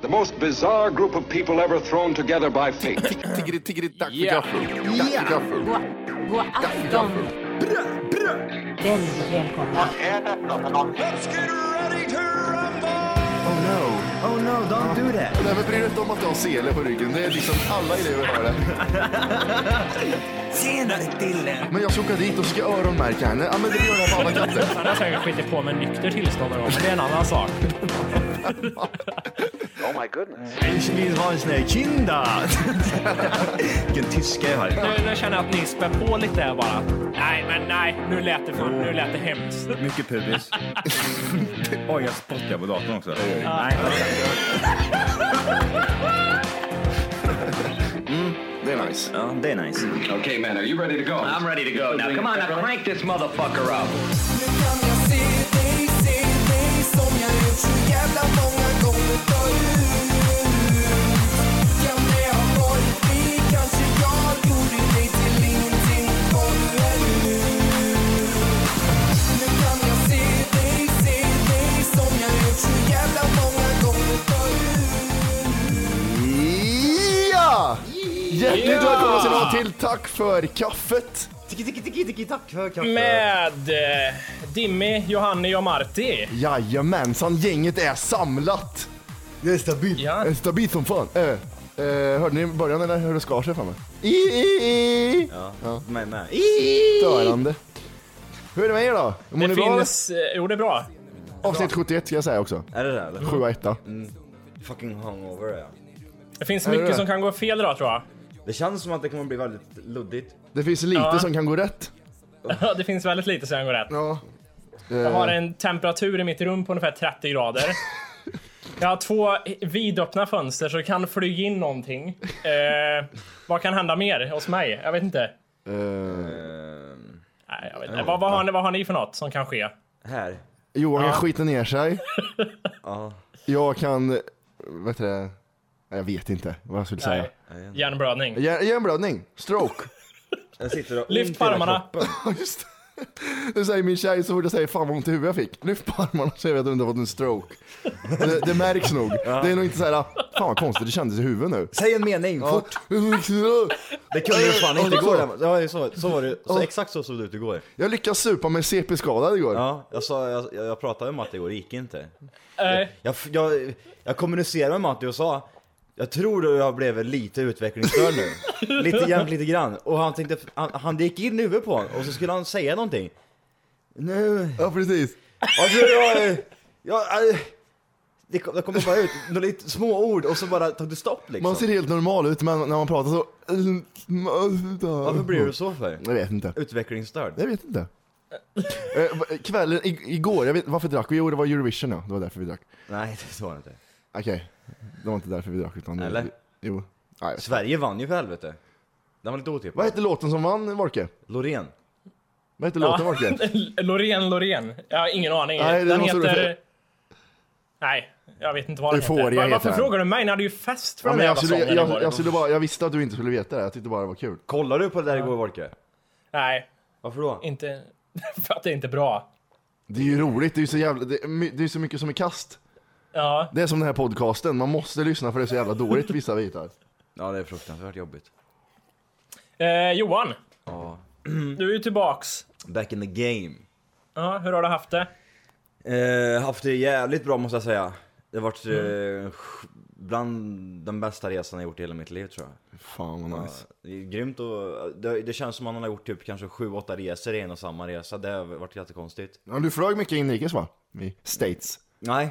The most bizarre group of people ever thrown together by fate. Tiggeri, tack för gaffel. Tack för gaffel. God afton. Väldigt välkomna. Let's get ready to rumble! Oh no, don't do that. Nej, men bryr dig inte om att du har sele på ryggen. Det är liksom alla elever har det. Tjenare Dille. Men jag ska åka dit och ska öronmärka henne. Ja, men det gör jag på alla katter. Han har säkert skitit på med nykter tillstånd då, men det är en annan sak. Oh my goodness. Ich vill ha en sån här kinda. Vilken tyska jag har. Nu känner jag att ni spär på lite där bara. Nej, nu lät det hemskt. Mycket pubis. Oj, jag spottar på datorn också. Nej. Det är nice. Ja, det är nice. Okay, man, are you ready to go? I'm ready to go. Now, come on, now crank this motherfucker up. Nu kan jag se dig som jag gjort så jävla många gånger förut. Kan det ha varit vi? Kanske jag gjorde dig till ingenting vad du är nu. Nu kan jag se dig som jag gjort så jävla många gånger förut. Ja! Hjärtligt välkomna ska ni vara till Tack för kaffet. Tiki, tack för kaffe. Med Dimmy, Johanni och Marti. Jajamensan, gänget är samlat. Det är stabilt. Ja. Det är stabilt som fan. Hörde ni i början eller hur det skar sig framme? Ja. Men. Störande. Hur är det med er då? Mår ni bra? Jo, det är bra. Avsnitt 71 ska jag säga också. Är det där eller? 7-1. Fucking hungover, ja. Det finns Är det mycket det? som kan gå fel idag, tror jag. Det känns som att det kommer bli väldigt luddigt. Det finns lite Ja. som kan gå rätt. Det finns väldigt lite som går rätt. Ja. Jag har en temperatur i mitt rum på ungefär 30 grader. Jag har 2 vidöppna fönster så det kan flyga in någonting. Vad kan hända mer hos mig? Jag vet inte. Nej, jag vet inte. Vad har ni för något som kan ske? Här. Johan kan skita ner sig. Ja. Jag kan... Vet du det? Jag vet inte vad jag skulle säga. Nej. Hjärnblödning. Hjärnblödning. Stroke. Jag sitter och Lyft på armarna. Just det. Det säger min tjej så fort jag säger fan vad ont i huvudet jag fick. Lyft på armarna så jag vet att du inte har fått en stroke. Det märks nog. Det är nog inte så här, fan vad konstigt det kändes i huvudet nu. Säg en mening, fort. Det kunde ju fan inte gå. Ja, så var det. Så exakt så såg det ut igår. Jag lyckas supa med CP-skadad igår. Ja, jag pratade med Matti igår, det gick inte. Nej. Jag kommunicerade med Matti och sa, jag tror jag blev lite utvecklingsstörd nu. lite grann. Och han tänkte, han gick in i huvudet på honom och så skulle han säga någonting. Nu. Ja, precis. Alltså, det kommer bara ut några lite små ord och så bara tog det stopp liksom. Man ser helt normal ut men när man pratar så... Varför blir du så för? Jag vet inte. Utvecklingsstörd. Jag vet inte. Kvällen, igår, jag vet varför drack vi? Jo, det var Eurovision, ja. Det var därför vi drack. Nej, det var det inte. Okej, det var inte därför vi drack utan... Eller? Jo. Nej, Sverige vann ju för helvete. Den var lite otippat. vad hette låten som vann, Morke? Loreen. Vad hette låten, Morke? Loreen. Jag har ingen aning. Nej, det Den måste heter... Nej, jag vet inte vad den Euphoria heter. Varför heter den. frågar du mig? Ni hade ju fest för Ja, den men jävla sången. jag visste att du inte skulle veta det. Jag tyckte bara det var kul. Kollar du på det där igår, Volke? Nej, Varför då? inte... för att det är inte bra. Det är ju roligt, det är ju så jävla... Det är så mycket som är kast. Ja. Det är som den här podcasten, man måste lyssna för det är så jävla dåligt vissa bitar. Ja, det är fruktansvärt jobbigt. Johan, Ja. du är ju tillbaks. Back in the game. Ja, hur har du haft det? Haft det jävligt bra måste jag säga. Det har varit bland den bästa resan jag gjort i hela mitt liv, tror jag. Fan vad nice. Det är grymt och det känns som man har gjort typ kanske 7-8 resor i en och samma resa. Det har varit jättekonstigt. Ja, du flög mycket inrikes, va? I States. Nej.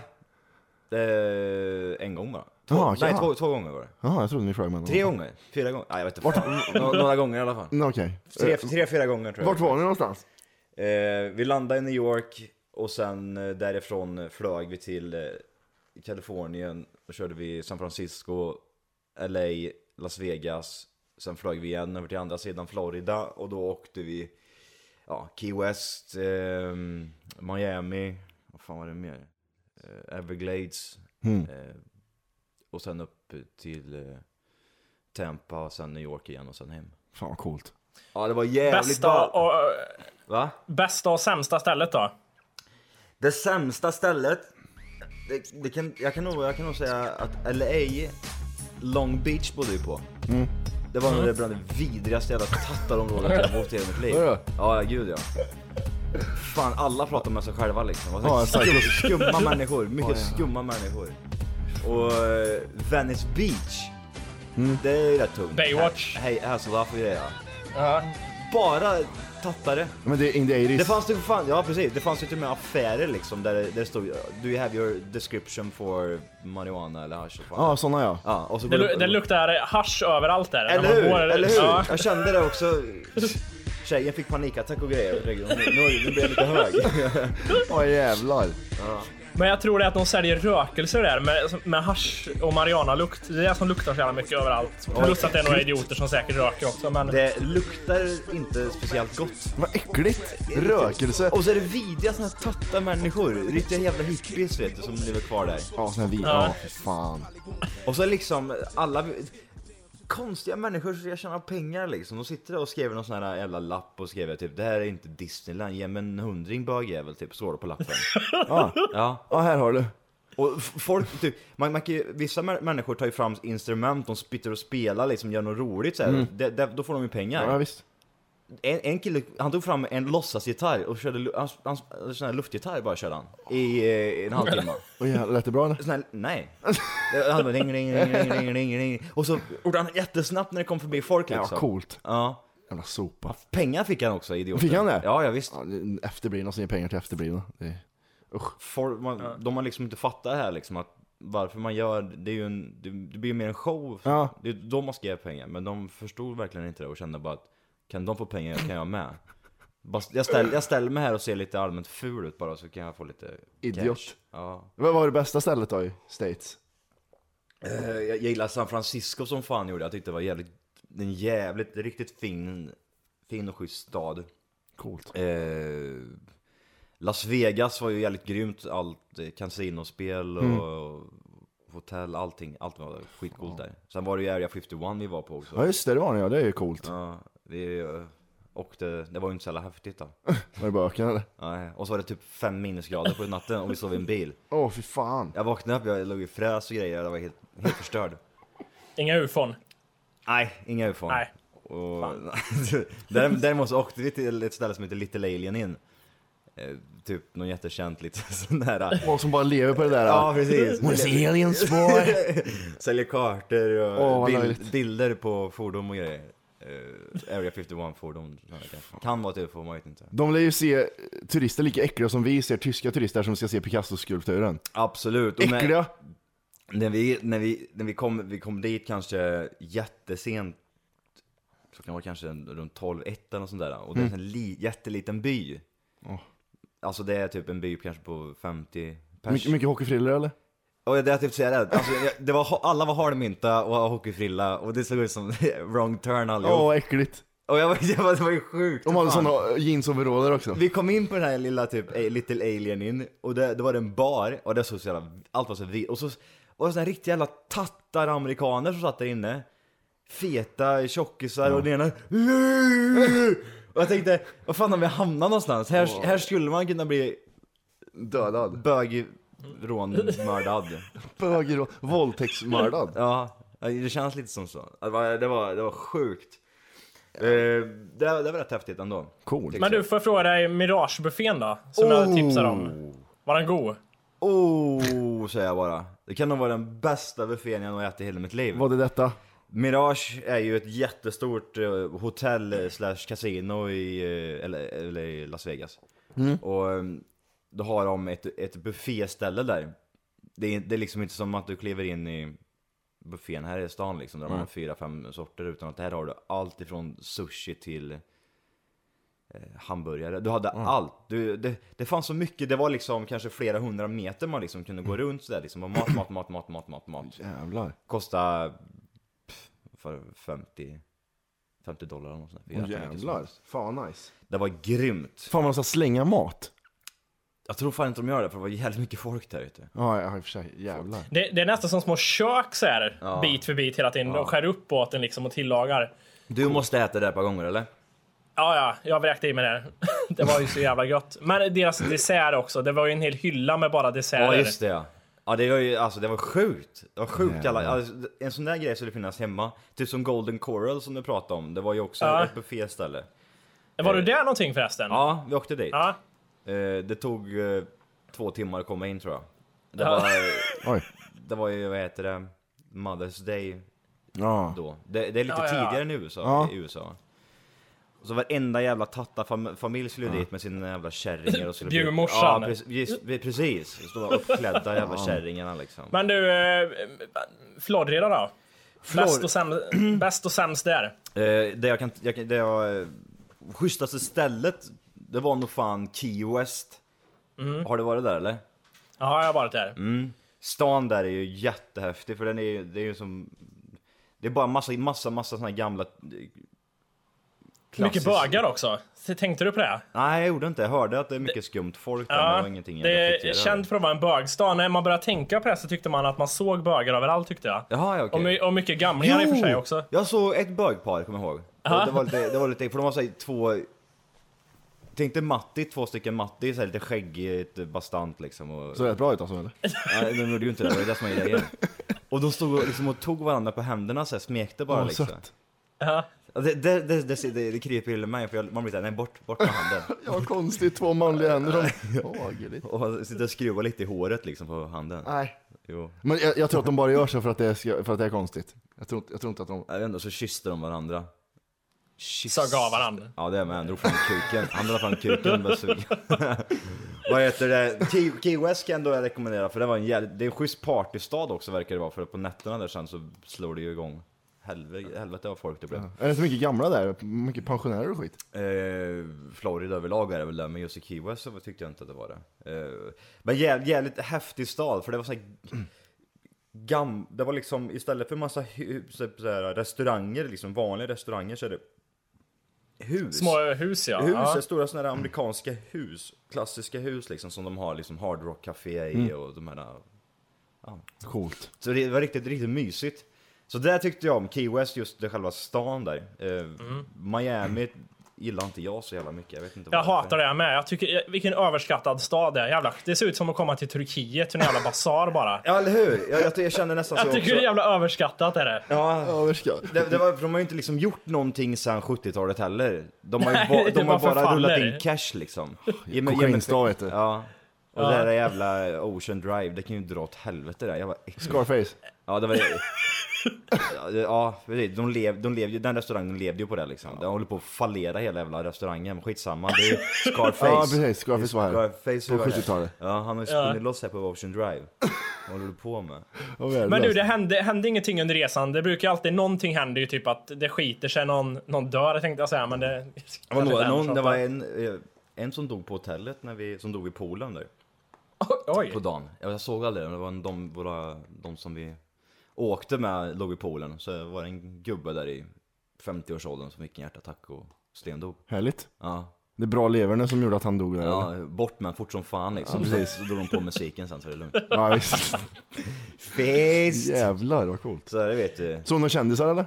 En gång bara. Okej. Två gånger var det. Jaha, jag trodde ni flög med 3 gånger? 4 gånger? Nej, jag vet inte. Några gånger i alla fall. Okej. 3-4 gånger tror jag. Vart var ni någonstans? Vi landade i New York och sen därifrån flög vi till Kalifornien och körde vi San Francisco, LA, Las Vegas. Sen flög vi igen över till andra sidan Florida och då åkte vi Key West, Miami, vad fan var det mer? Everglades och sen upp till Tampa och sen New York igen och sen hem. Fan vad coolt. Ja, det var jävligt bra. Bästa och sämsta stället då? Det sämsta stället Jag kan nog säga att LA, Long Beach bodde vi på. Det var nog det bland det vidrigaste jävla tattarområdet jag har bott i hela mitt liv. Ja, gud ja. Fan, alla pratar med sig själva liksom. Skumma människor, mycket skumma människor. Och Venice Beach, det är rätt tungt. Baywatch. Hej, Hasselhoff och grejer. Ja. Bara tattare. Men det är in the 80s. Det fanns ju fan, ja precis, det fanns ju till och med affärer liksom där det stod do you have your description for marijuana eller hash? Ja, såna ja. Ja, och så Det luktar hasch överallt där. Eller hur? Ja. Jag kände det också. Tjejen fick panikattack och grejer. Nu blir jag lite hög. Åh jävlar. Men jag tror det är att de säljer rökelser där med hasch och marijuana-lukt. Det är det som luktar så jävla mycket överallt. Plus att det är några idioter som säkert röker också. Men... Det luktar inte speciellt gott. Vad äckligt. Rökelse. Och så är det vidriga såna här tatta människor. Riktiga jävla hippies vet du, som lever kvar där. Ja, såna här ja, för fan. Och så liksom alla konstiga människor som jag tjänar pengar liksom. De sitter där och skriver någon sån här jävla lapp och skriver typ det här är inte Disneyland, ge mig en 100 bögjävel typ, står det på lappen. Ja, här har du. Och folk typ, vissa människor tar ju fram instrument, de spittar och spelar liksom, gör något roligt så här. Då får de ju pengar. Ja, visst. En kille, han tog fram en låtsasgitarr och körde sån här luftgitarr bara körde han i en halvtimme. Och lät det bra eller? Nej. Han bara ring. Och så gjorde han jättesnabbt när det kom förbi folk liksom. Ja, coolt. Ja. Jävla sopa. Pengar fick han också, idioten. Fick han det? Ja, visst. Ja, efterblivna som ger pengar till efterblivna. De har liksom inte fattat här liksom att varför man gör det är ju det blir mer en show. Ja. Det är de måste ge pengar, men de förstod verkligen inte det och kände bara att kan de få pengar kan jag med. Jag ställer mig här och ser lite allmänt ful ut bara så kan jag få lite idiot. Cash. Ja. Vad var det bästa stället då i States? Jag gillar San Francisco som fan gjorde. Jag tyckte det var riktigt fin och schysst stad. Coolt. Las Vegas var ju jävligt grymt. Allt kasinospel och hotell, allt var skitcoolt där. Sen var det ju Area 51 vi var på också. Ja just det var det, ja, det är ju coolt. Ja, och det var ju inte så jävla häftigt då. Var det böken eller? Nej, och så var det typ 5 minusgrader på natten och vi sov i en bil. Fy fan. Jag vaknade upp, jag låg i fräs och grejer, jag var helt förstörd. Inga ufon? Nej, inga ufon. Nej. Och däremot så åkte vi till ett ställe som heter Little Alien in. Typ någon jättekänt lite sån där. Någon som bara lever på det där. Ja, precis. Where's aliens boy? Säljer kartor och bilder på fordon och grejer. Area 51 fordon. Kan vara typ, man vet inte. De lär ju se turister lika äckliga som vi ser tyska turister som ska se Picasso-skulpturen. Absolut. Äckliga. När vi kom dit kanske jättesent. Så kan det vara kanske runt 12-1 eller sånt där. Och det är en jätteliten by. Alltså det är typ en by kanske på 50 pers. Mycket hockeyfriller eller? Och det är typ så här, alltså, alla var hardmynta och hockeyfrilla. Och det såg ut som wrong turn allihop. Äckligt. Och det var ju sjukt. De hade sådana jeansoveraller också. Vi kom in på den här lilla typ Little Alien in. Och det var en bar. Och det såg så jävla, allt var så vitt. Och sådana riktigt jävla tattar-amerikaner som satt där inne. Feta tjockisar och det ena. Och jag tänkte, vad fan har vi hamnat någonstans? Här skulle man kunna bli dödad. Bögrånmördad. Våldtäktsmördad. Ja, det känns lite som så. Det var sjukt. Det var rätt häftigt ändå. Cool. Men du, får jag fråga dig, Miragebuffén då? Som jag tipsade om. Var den god? Säger jag bara. Det kan nog vara den bästa buffén jag har ätit i hela mitt liv. Vad är detta? Mirage är ju ett jättestort hotell / casino i Las Vegas. Och då har de ett bufféställe där. Det är liksom inte som att du kliver in i buffén här i stan liksom, där de har 4-5 sorter, utan att här har du allt ifrån sushi till hamburgare. Du hade allt. Det fanns så mycket. Det var liksom kanske flera 100 meter man liksom kunde gå runt sådär liksom, och mat. Jävlar. Kosta för $50 eller något sånt. Jävlar. Fan nice. Det var grymt. Fan, man ska slänga mat. Jag tror fan inte de gör det, för det var jävligt mycket folk där ute. Ja, i och för sig. Jävlar. Det är nästan som små kök så här, bit för bit hela tiden. De skär upp båten liksom och tillagar. Du måste äta det ett par gånger, eller? Ja, jag vräkte i mig det. Det var ju så jävla gott. Men deras dessert också. Det var ju en hel hylla med bara desserter. Ja, just det, ja. Ja, det var ju, alltså det var sjukt. Det var sjukt alltså, en sån där grej skulle finnas hemma. Typ som Golden Coral som du pratade om. Det var ju också ett bufféställe. Var du där någonting förresten? Ja, vi åkte dit. Ja. Det tog 2 timmar att komma in, tror jag. Det var ju, vad heter det, Mother's Day då. Det är lite tidigare än i USA. Och så varenda jävla tatta-familj skulle dit med sina jävla kärringar och skulle Bjurmorsan. Ja, precis. Stora uppklädda jävla kärringarna liksom. Men du, Florida då? Bäst och sämst där? Det schysstaste stället, det var nog fan Key West. Har du varit där eller? Ja, jag har varit där. Stan där är ju jättehäftig, för det är ju som... Det är bara massa såna här gamla... Mycket bögar också. Tänkte du på det? Nej, jag gjorde inte. Jag hörde att det är mycket skumt folk där. Ja, och ingenting det är känt för att vara en bögstad. När man började tänka på det så tyckte man att man såg bögar överallt, tyckte jag. Jaha, ja, okej. Och mycket gamlingar i och för sig också. Jag såg ett bögpar, kommer jag ihåg. Det var lite, för de var så två... Tänkte Matti, 2 stycken Matti, så här lite skäggigt, bastant liksom. Och... Så rätt bra ut alltså, eller? Nej, de gjorde ju inte det. Det var det som var grejen. Och de stod liksom och tog varandra på händerna så här, smekte bara liksom. Sött. Ja. Det kryper i mig, för man blir såhär, nej, bort med handen. Ja, konstigt, 2 manliga händer. Och sitter och skruvar lite i håret liksom på handen. Nej. Jo. Men jag tror att de bara gör så för att det är konstigt. Jag tror inte att de... Jag vet inte, så kysste de varandra. Så gav varandra. Ja, det är med. Han drog fram kuken. Han drog fram kuken. Vad heter det? Key West kan jag rekommendera, för det var det är en schysst partystad också, verkar det vara. För på nätterna där sen så slår det ju igång. Helvete av folk det blev. Är det så mycket gamla där? Mycket pensionärer och skit? Florida överlag är det väl där, men just i Key West så tyckte jag inte att det var det. Men jävligt häftig stad, för det var så här... Det var liksom, istället för massa restauranger, liksom vanliga restauranger, så är det hus. Små hus, ja. Hus, stora sådana här amerikanska hus, klassiska hus liksom, som de har liksom Hard Rock Café i och de här. Coolt. Så det var riktigt mysigt. Så där tyckte jag om Key West, just det själva stan där. Miami gillar inte jag så jävla mycket. Jag vet inte jag varför. hatar det med. Jag tycker, vilken överskattad stad det är. Jävla, det ser ut som att komma till Turkiet, till en jävla basar bara. Ja, eller hur? Jag känner nästan så jag tycker också. det är jävla överskattat är det. Ja, överskattat. De har ju inte liksom gjort någonting sedan 70-talet heller. De har bara rullat in cash liksom. Kokainstad, vet du. Ja. Och det där jävla Ocean Drive, det kan ju dra åt helvete där. Jag var Scarface. Ja, det var det. Ja, precis. Den restaurangen levde ju på det liksom. Den håller på att fallera hela jävla restaurangen. Men skitsamma, det är Scarface. Ja, precis. Scarface var här. Scarface på 70-talet. Ja, han har ju spunnit loss här på Ocean Drive. Vad håller du på med? Men du, det hände ingenting under resan. Det brukar alltid, någonting händer ju, typ att det skiter sig, någon dör, tänkte jag säga. Men det var en som dog på hotellet som dog i poolen där. Oj. På dagen. Jag såg aldrig det. Det var de som vi åkte med, låg i poolen. Så var det en gubbe där i 50-årsåldern som fick en hjärtattack och stendog. Härligt. Ja. Det är bra leverne som gjorde att han dog där. Ja, bort med fort som fan liksom. Ja, så drog de på musiken sen, så är det lugnt. Ja, visst. Fest! Jävlar, vad coolt. Så det vet du. Så någon kändisar eller?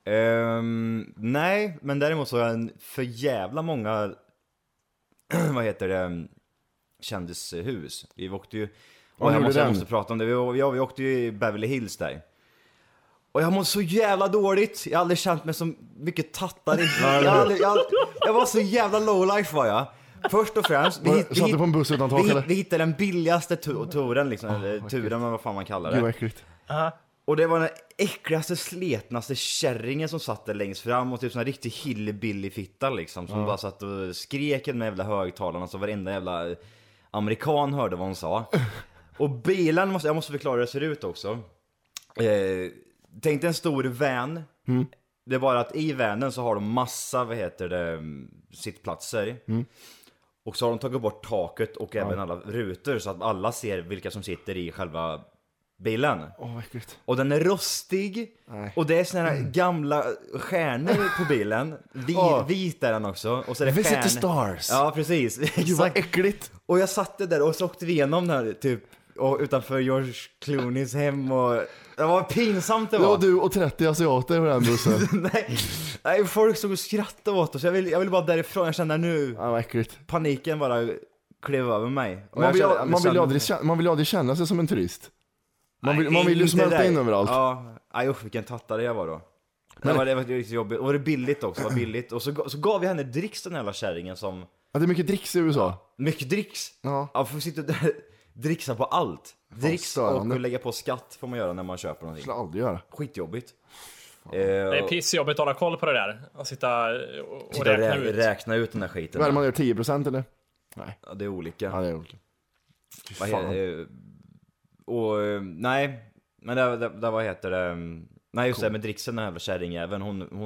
Nej, men däremot så är en för jävla många vad heter det, kändishus. Vi åkte ju, och jag måste prata om det. Vi åkte ju i Beverly Hills där. Och jag mådde så jävla dåligt. Jag har aldrig känt mig så mycket tattar. Jag var så jävla lowlife var jag. Först och främst vi hittade den billigaste turen liksom, eller turen, men vad fan man kallar det. Gud, vad äckligt. Och det var den äckligaste, sletnaste kärringen som satt där längst fram, och typ sån här riktig hillbilly-fitta liksom, som bara satt och skrek med jävla högtalarna, så varenda jävla amerikan hörde vad hon sa. Och bilen, jag måste förklara hur det ser ut också. Tänk dig en stor van. Det är bara att i vanen så har de massa, sittplatser. Och så har de tagit bort taket och även alla rutor, så att alla ser vilka som sitter i själva bilen. Äckligt. Och den är rostig. Och det är såna här gamla stjärnor på bilen. Vit är den också. Och så är det Visit the stars. Ja, precis. Gud, vad äckligt. Och jag satt där och så åkte vi igenom den här typ, och utanför George Clooneys hem, och det var pinsamt det var. Ja, du och 30 asiater på den bussen. Nej, folk stod och skrattade åt oss. Jag vill bara därifrån. Jag känner nu vad äckligt. Paniken bara klev över mig. Och Man vill aldrig känna sig som en turist. Man vill ju smälta in överallt. Ja, aj usch vilken tattare jag var då. Det var riktigt jobbigt. Och var det billigt också, var billigt. Och så gav vi henne dricks den jävla kärringen som... Ja, det är mycket dricks i USA. Mycket dricks. Ja. Ja, får sitta där dricksa på allt. Dricks störande. och lägga på skatt får man göra när man köper någonting. Det skulle jag aldrig göra. Skitjobbigt. Det är pissjobbigt att hålla koll på det där. Och sitta och räkna ut den där skiten. Vad är det man gör, 10% eller? Nej. Ja, det är olika. Ja, det är olika. Vad nej, men det vad heter det? Nej, just det med dricksen, den här jävla kärringjäveln.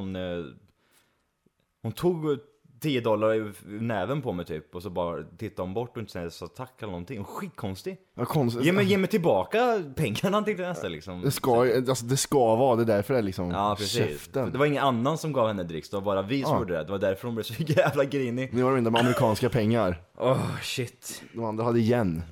Hon tog $10 i näven på mig typ. Och så bara tittade hon bort och inte sa tack eller någonting. Och skitkonstig. Ja, konstigt. Ge mig tillbaka pengarna till nästa liksom. Det ska vara, det därför det är liksom. Ja, precis. Käften. Det var ingen annan som gav henne dricks, det var bara vi som gjorde det. Det var därför hon blev så jävla grinig. Ni var de med amerikanska pengar. Shit. De andra hade igen.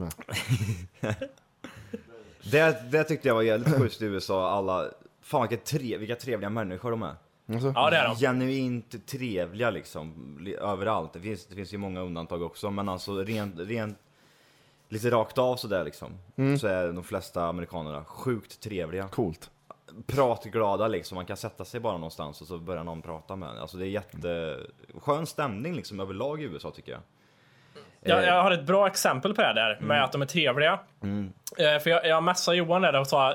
Det tyckte jag var jävligt schysst i USA. Alla, fan vilka trevliga människor de är. Alltså. Ja, det är de. Genuint trevliga liksom, överallt. Det finns ju många undantag också, men alltså rent lite rakt av sådär liksom. Så är de flesta amerikanerna sjukt trevliga. Coolt. Pratglada liksom, man kan sätta sig bara någonstans och så börjar någon prata med en. Alltså det är jätteskön stämning liksom överlag i USA tycker jag. Jag har ett bra exempel på det där med att de är trevliga. För jag messade Johan där och sa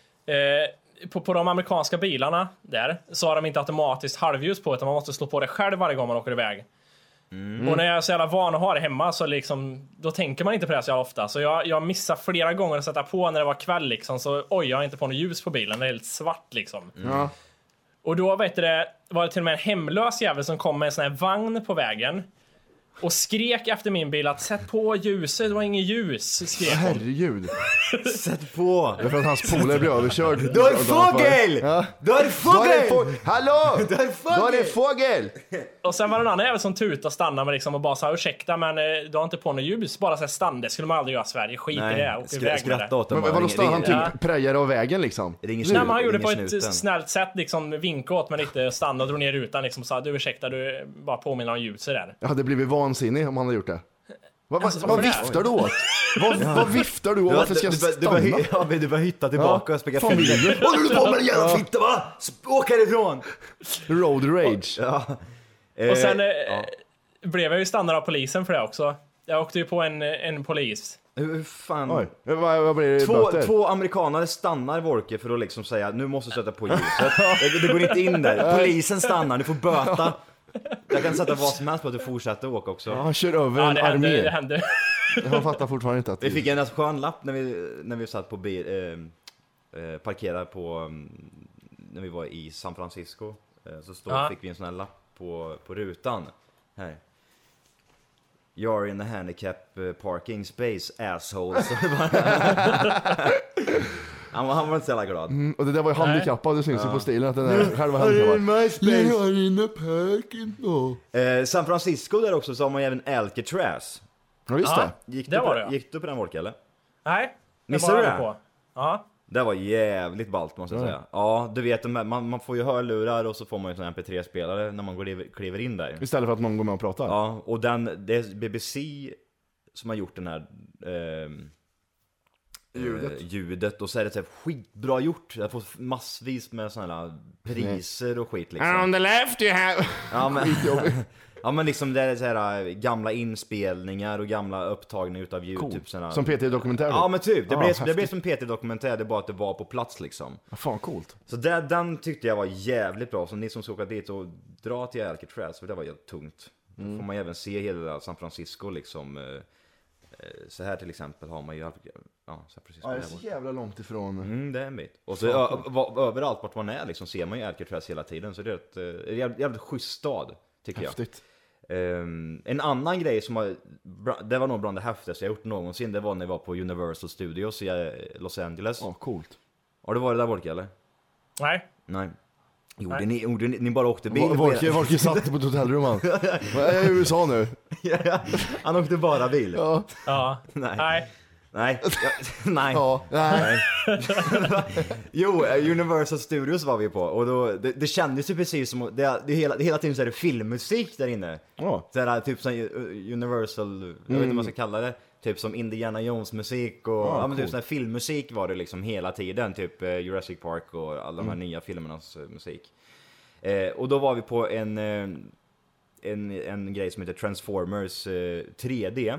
på de amerikanska bilarna där så har de inte automatiskt halvljus på, utan man måste slå på det själv varje gång man åker iväg. Och när jag är så jävla van att ha det hemma så liksom, då tänker man inte på det så ofta. Så jag missade flera gånger att sätta på när det var kväll liksom, så jag har inte på något ljus på bilen, det är helt svart liksom. Ja. Och då var det till och med en hemlös jävel som kom med en sån här vagn på vägen och skrek efter min bil att sätt på ljuset, det var ingen ljus, skrek hon. Herregud. Sätt på! Det är för att hans polare blev överkörd. Du har fågel! Ja. Du har fågel! Hallå! Du har Du har fågel! Och sen var det en annan jävel som tutade och stannade med liksom och bara sa ursäkta men du har inte på något ljus, bara så här stanna, det skulle man aldrig göra i Sverige, skit i det, åk iväg med skratta det. åt dem. Men vadå, stod han typ prejade av vägen liksom? Nej, men han gjorde på ett snällt sätt liksom, vinka åt men inte stanna och drog ner rutan liksom och sa du ursäkta, du bara påminner om ljuset där. Jag hade blivit vansinnig om han hade gjort det. Alltså, Vad viftar du åt? Vad viftar du åt? Varför ska jag stanna? Du bara hitta tillbaka och spela fan vill du? Vad håller du på med, jävla fitta va? Åk härifrån! Road rage. Ja. Och sen blev jag ju stannad av polisen för det också. Jag åkte ju på en polis. Hur fan? Oj, vad blir det böter? Två amerikanare stannar Wolke för att liksom säga nu måste du sätta på ljuset. Det går inte in där. Polisen stannar, du får böta. Jag kan sätta vad som helst på att du fortsätter åka också. Ja, han kör över en Det armé. hände. Jag fattar fortfarande inte att Vi fick en skön lapp när vi satt på parkerade på när vi var i San Francisco. Så fick vi en sån här lapp på rutan här. You're in a handicap parking space, asshole. Han var inte så jävla glad. Och det där var ju handikappad, det syns ju på stilen att den är själva handikappad. You're in a parking. San Francisco där också så har man ju även Alcatraz. Ja, just det. Gick du på den Wolke eller? Nej. Missade du det? På. Ja. Det var jävligt ballt måste jag säga. Ja, du vet, man får ju hörlurar och så får man ju en MP3-spelare när man kliver in där. Istället för att någon går med och pratar. Ja, och det är BBC som har gjort den här ljudet. Och så är det så här skitbra gjort. Jag har fått massvis med sådana här priser och skit liksom. On the left you have... Ja men liksom det är så här gamla inspelningar och gamla upptagningar utav ljud, typ såna... Som PT-dokumentär. Ja men typ, det blev som PT-dokumentär, det är bara att det var på plats liksom. Ja, fan coolt. Så den tyckte jag var jävligt bra, så ni som ska åka dit och dra till Alcatraz, för det var helt tungt. Då får man även se hela San Francisco liksom. Så här till exempel har man ju San Francisco. Ja, det är så jävla långt ifrån. Det är en bit. Och så överallt vart man är liksom ser man ju Alcatraz hela tiden, så det är ett jävligt schysst stad tycker Häftigt. jag. En annan grej som det var nog bland det häftigaste jag gjort någonsin, det var när jag var på Universal Studios i Los Angeles. Ja, coolt. Har du varit där Wolke eller? Nej. Gjorde ni bara åkte bil? Wolke satt på ett hotellrum han. Jag är i USA nu. Han åkte bara bil. Ja. Nej. Nej. Ja, nej. Jo, Universal Studios var vi på. Och då, det kändes ju precis som hela tiden så är det filmmusik där inne. Ja. Så här, typ som Universal, jag vet inte vad man ska kalla det. Typ som Indiana Jones musik och men typ sån här filmmusik var det liksom hela tiden. Typ Jurassic Park och alla de här nya filmernas musik. Och då var vi på en grej som heter Transformers 3D.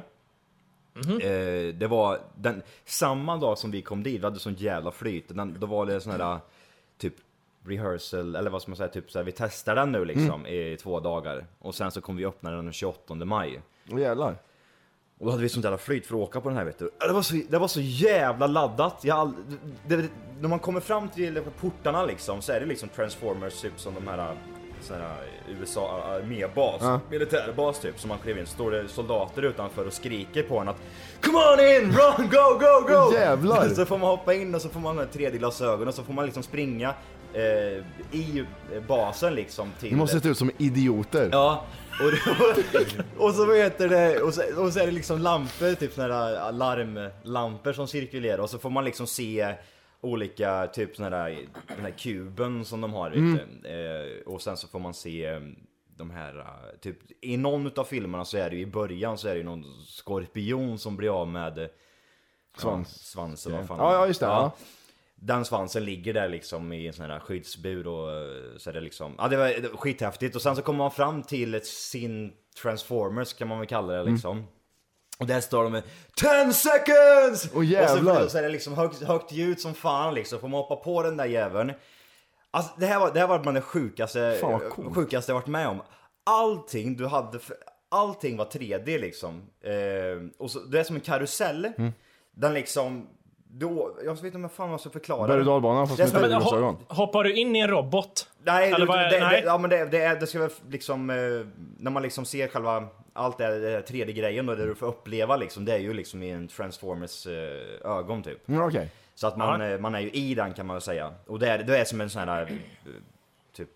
Det var samma dag som vi kom dit, vi hade sån jävla flyt. Då var det sån här typ rehearsal, eller vad ska man säga, typ så här, vi testar den nu liksom i 2 dagar. Och sen så kom vi öppna den 28 maj. Jävlar. Och då hade vi sånt jävla flyt för att åka på den här, vet du. Det var så jävla laddat. När man kommer fram till portarna liksom, så är det liksom Transformers typ som de här USA-armébas, militärbas typ, som man klev in. Står det soldater utanför och skriker på en att "Come on in, run, go, go, go!" Jävlar. Så får man hoppa in och så får man 3D-glasögon och så får man liksom springa i basen liksom till... Ni måste se ut som idioter. Ja, och så heter det, och så är det liksom lampor, typ såna här alarmlampor som cirkulerar, och så får man liksom se olika typ såna där, den här kuben som de har ute. Och sen så får man se de här typ i någon av filmerna så är det ju i början så är det ju någon skorpion som blir av med svansen, vad fan. Ja, just det. Ja. Den svansen ligger där liksom i en sån här skyddsbur och så är det liksom, det var skithäftigt. Och sen så kommer man fram till sin Transformers kan man väl kalla det liksom. Och där står de med 10 seconds! Åh, jävlar. Och så är det liksom högt ljud som fan liksom. Får man hoppa på den där jäveln. Alltså det här var bland det sjukaste jag varit med om. Allting var 3D liksom. Och så, det är som en karusell. Den liksom... jag vet inte om jag fan vad jag ska förklara. Berg- och dalbanan fast med 3D-glasögon. Hoppar du in i en robot? Nej, Nej. det ska väl liksom när man liksom ser själva allt det 3D-grejen och det du får uppleva liksom, det är ju liksom i en Transformers ögon typ. Okej. Så att man är ju i den kan man väl säga. Och det är som en sån här typ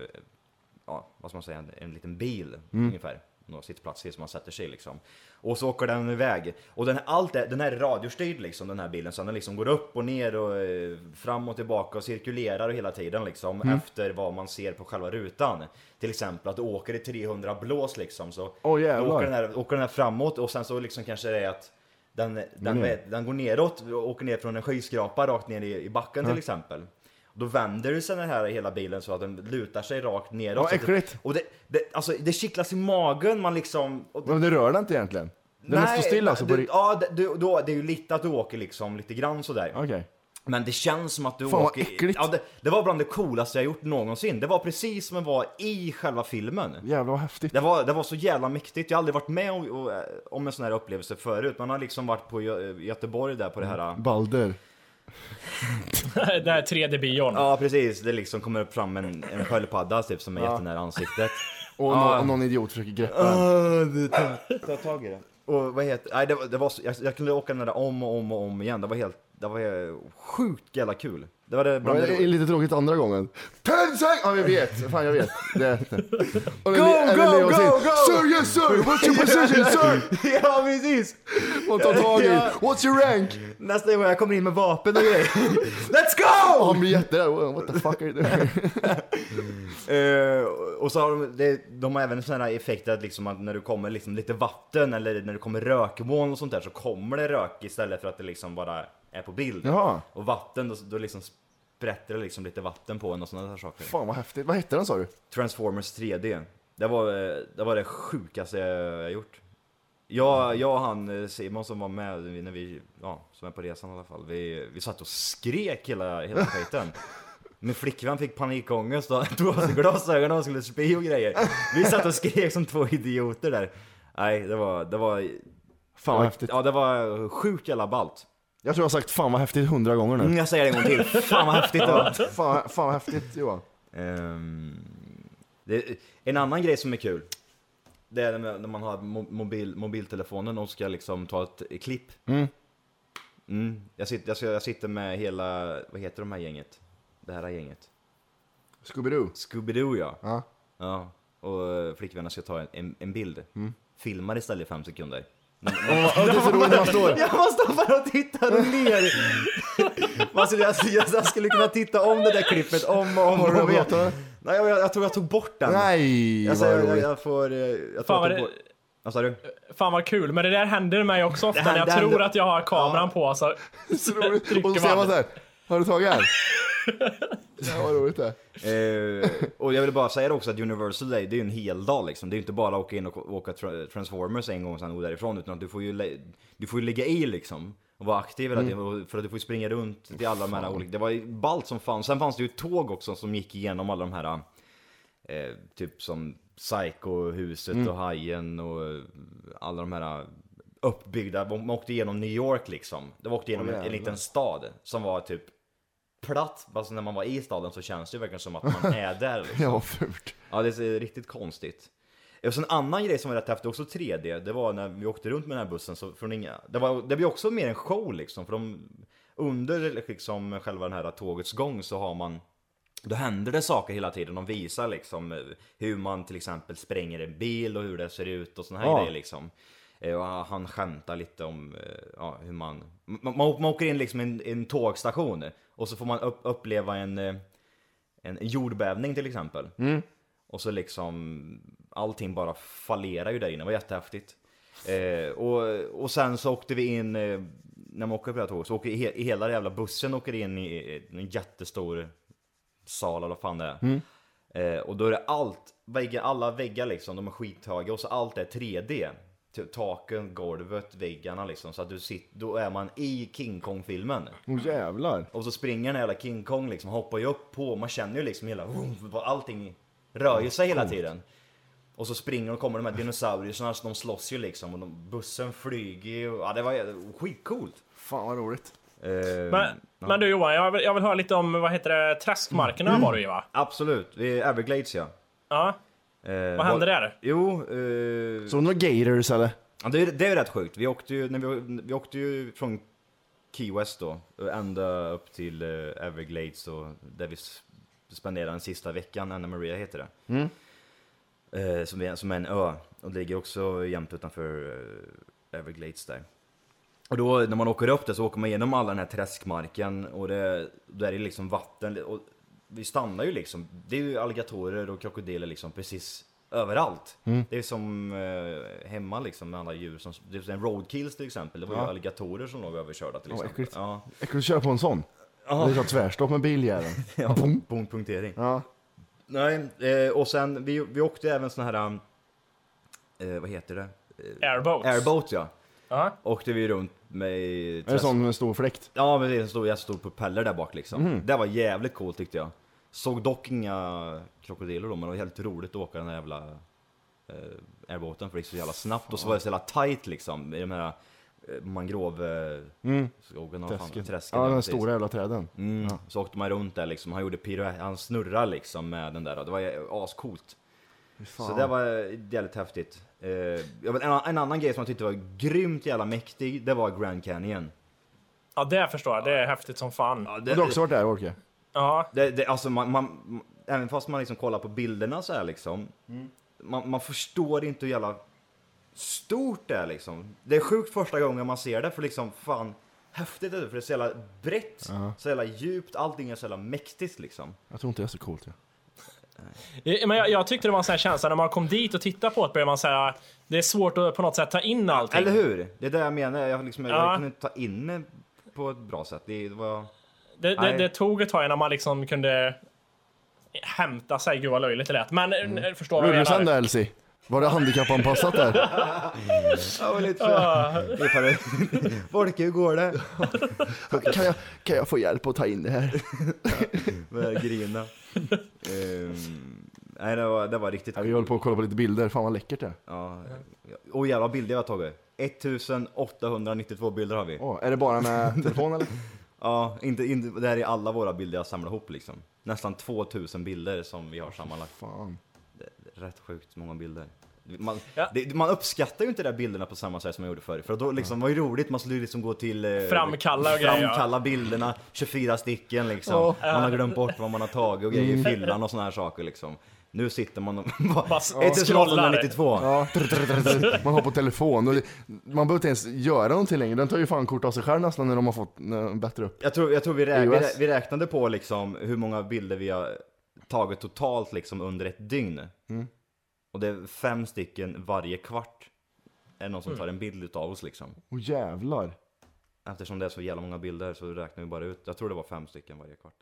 vad ska man säga, en liten bil ungefär. Några sittplatser som man sätter sig liksom. Och så åker den iväg. Och den här är radiostyrd liksom, den här bilen. Så den liksom går upp och ner och fram och tillbaka och cirkulerar hela tiden liksom. Efter vad man ser på själva rutan. Till exempel att du åker i 300 blås liksom. Så åker den här framåt och sen så liksom kanske det är att den går neråt och åker ner från en skyskrapa rakt ner i backen till exempel. Då vänder det sig den här hela bilen så att den lutar sig rakt neråt. Ja, äckligt. Och det kittlas i magen, man liksom... Men det rör den inte egentligen? Den står still alltså? Det är ju lite att du åker liksom lite grann sådär. Okej. Men det känns som att du fan, åker... Vad äckligt. Ja, det var bland det coolaste jag gjort någonsin. Det var precis som det var i själva filmen. Jävlar vad häftigt. Det var så jävla mäktigt. Jag har aldrig varit med om en sån här upplevelse förut. Man har liksom varit på Göteborg där på det här... Balder. Den här 3D-bion. Ja, precis. Det liksom kommer upp fram en sköldpadda typ som är jättenära ansiktet. Och någon idiot försöker greppa den. Ta tag i det. Och vad heter... Nej, det var så, jag kunde åka den där om och om igen. Det var sjukt jävla kul. Det var det bland det är lite tråkigt andra gången. 10 seconds! Ja, vi vet. Fan, jag vet. Go! Sir, yes sir! What's your position, sir? Ja, precis. Man tar tag i. What's your rank? Nästa gång jag kommer in med vapen och grejer. Let's go! Han blir jätterädd. What the fuck are you doing? Och så har de har även sådana här effekter att, liksom, att när du kommer liksom lite vatten eller när det kommer rökmoln och sånt där så kommer det rök istället för att det liksom bara är på bild. Jaha. Och vatten, då liksom sprätter det liksom lite vatten på en och sådana där saker. Fan vad häftigt. Vad hette den sa du? Transformers 3D. Det var det sjukaste jag gjort. Jag och han Simon som var med när vi som är på resan i alla fall. Vi satt och skrek hela skiten. Min flickvän fick panikångest och tog av sig glasögonen och skulle spy och grejer. Vi satt och skrek som 2 idioter där. Nej, det var fan vad häftigt. Ja, det var sjukt jävla ballt. Jag tror jag har sagt fan vad häftigt 100 gånger nu. Jag säger det en gång till. Fan vad häftigt det var. Fan vad häftigt, Johan. En annan grej som är kul. Det är när man har mobiltelefonen och ska liksom ta ett klipp. Jag sitter med hela, vad heter de här gänget? Det här gänget. Scooby-Doo, ja. Ja. Och flickvännen ska ta en bild. Filmar istället i 5 sekunder. Det är så roligt när man står. Jag måste bara titta och ler. Jag skulle kunna titta om det där klippet om och om. Nej, jag tror jag tog bort den. Nej, jag får fan, Vad sa du? Fan vad kul, men det där händer mig också ofta Det när jag händer- tror att jag har kameran på så Så roligt. trycker Och så ser man man. så här, har du tagit här? Ja, vad roligt det. Och jag vill bara säga också att Universal Day, det är ju en hel dag liksom. Det är ju inte bara att åka in och åka Transformers en gång och sen gå därifrån, utan att du får ju ligga i liksom och vara aktiv hela tiden, för att du får ju springa runt till alla de här olika. Det var ju ballt som fan. Sen fanns det ju ett tåg också som gick igenom alla de här typ som Psycho-huset och Hajen och alla de här uppbyggda. Man åkte igenom New York liksom. Det var åkte igenom en liten stad som var typ platt. Alltså när man var i staden så känns det ju verkligen som att man är där liksom. Ja, vad fult. Ja, det är riktigt konstigt. Och så en annan grej som var rätt häftig, också 3D, det var när vi åkte runt med den här bussen så det blir också mer en show liksom, för under liksom själva den här tågets gång så har man, då händer det saker hela tiden. De visar liksom hur man till exempel spränger en bil och hur det ser ut och såna här grejer liksom. Och han skämtar lite om hur man åker in liksom en tågstation och så får man uppleva en jordbävning till exempel. Och så liksom allting bara fallerar ju där inne. Det var jättehäftigt. Och sen så åkte vi in när man åker på det här tåget så åker hela jävla bussen åker in i en jättestor sal eller vad fan det är. Och då är det alla väggar liksom, de är skithöga och så allt är 3D. Taken, golvet, väggarna liksom, så att då är man i King Kong-filmen. Jävlar. Och så springer den jävla King Kong liksom, hoppar ju upp på, man känner ju liksom hela, allting rör ju sig hela tiden. Och så springer och kommer de här dinosaurierna, så de slåss ju liksom, och bussen flyger ju, ja det var skitcoolt. Fan vad roligt. Men du Johan, jag vill höra lite om, vad heter det, träskmarkerna var du ju va? Absolut, vi är Everglades ja. Ja. Vad hände där? Jo, Så några gators eller? ja, det är rätt sjukt. Vi åkte ju från Key West då, ända upp till Everglades och där vi spenderade den sista veckan. Anna Maria heter det. Som är en ö och det ligger också jämt utanför Everglades där. Och då när man åker upp där så åker man igenom alla den här träskmarken och där är det liksom vatten och vi stannar ju liksom, det är ju alligatorer och krokodiler liksom precis överallt. Det är som hemma liksom med alla djur som, det är en roadkills till exempel, det var ju alligatorer som låg överkörda till exempel. Äckligt. Ja. Jag kunde köra på en sån. Det är så tvärstopp med biljäveln. Ja, punktering. Ja. Nej, och sen vi åkte även såna här vad heter det? Airboats ja. Åkte vi runt med Är det sån med stor fläkt? Ja, men det är en stor propeller där bak liksom. Det var jävligt coolt tyckte jag. Såg dock inga krokodiler då, men det var helt roligt att åka den här jävla airboaten för det gick så jävla snabbt. Och så var det så jävla tight liksom i de här mangrove-skogen och träsken. Ja, den stora jävla träden. Så åkte man runt där liksom, han gjorde pirouette, han snurrar liksom med den där, det var ascoolt. Så det var jävligt häftigt. En annan grej som jag tyckte var grymt jävla mäktig, det var Grand Canyon. Ja, det förstår jag. Det är häftigt som fan. Ja, Du har också varit där, Orke? Ja. Alltså även fast man liksom kollar på bilderna så här liksom, man förstår inte hur jävla stort det är liksom. Det är sjukt första gången man ser det, för liksom fan häftigt är det, för det är så jävla brett, så jävla djupt, allting är så jävla mäktigt liksom. Jag tror inte det är så coolt. Ja. Men jag tyckte det var en sån här känsla när man kom dit och tittade på det, började man säga det är svårt att på något sätt ta in allting. Eller hur? Det är det jag menar. Jag kunde inte ta in det på ett bra sätt. Det tog ett tag när man liksom kunde hämta sig. Gud vad löjligt det lät. Men förstår vad jag Rullar sen menar. där, Elsie? Var det handikappanpassat där? Ja, var lite Folke, hur går det? Kan jag få hjälp att ta in det här? Börjar grina. Nej, det var riktigt. Ja, vi håller på att kolla på lite bilder. Fan vad läckert det är. Ja. Och jävla bilder jag har tagit. 1892 bilder har vi. Är det bara med telefon eller? Ja, inte, det här är alla våra bilder jag samlar ihop liksom. Nästan 2000 bilder som vi har sammanlagt. Fan. Det är rätt sjukt många bilder. Man uppskattar ju inte de där bilderna på samma sätt som man gjorde förr. För då liksom var ju roligt, man skulle liksom gå till framkalla bilderna, 24 stycken liksom. Man har glömt bort vad man har tagit och grejer i fyllan och såna här saker liksom. Nu sitter man och 1892. Ja, man har på telefon och man behöver inte ens göra någonting längre. Den tar ju fan kort av sig själv nästan när de har fått bättre upp. Jag tror vi räknade på liksom hur många bilder vi har tagit totalt liksom under ett dygn. Och det är 5 stycken varje kvart. det någon som tar en bild utav oss liksom. Åh jävlar. Eftersom det är så jävla många bilder så räknar vi bara ut. Jag tror det var 5 stycken varje kvart.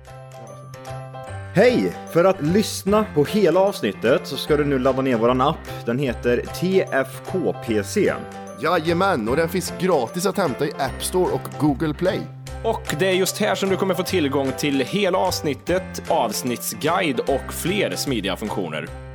Hej! För att lyssna på hela avsnittet så ska du nu ladda ner våran app. Den heter TFKPC. Jajamän, och den finns gratis att hämta i App Store och Google Play. Och det är just här som du kommer få tillgång till hela avsnittet, avsnittsguide och fler smidiga funktioner.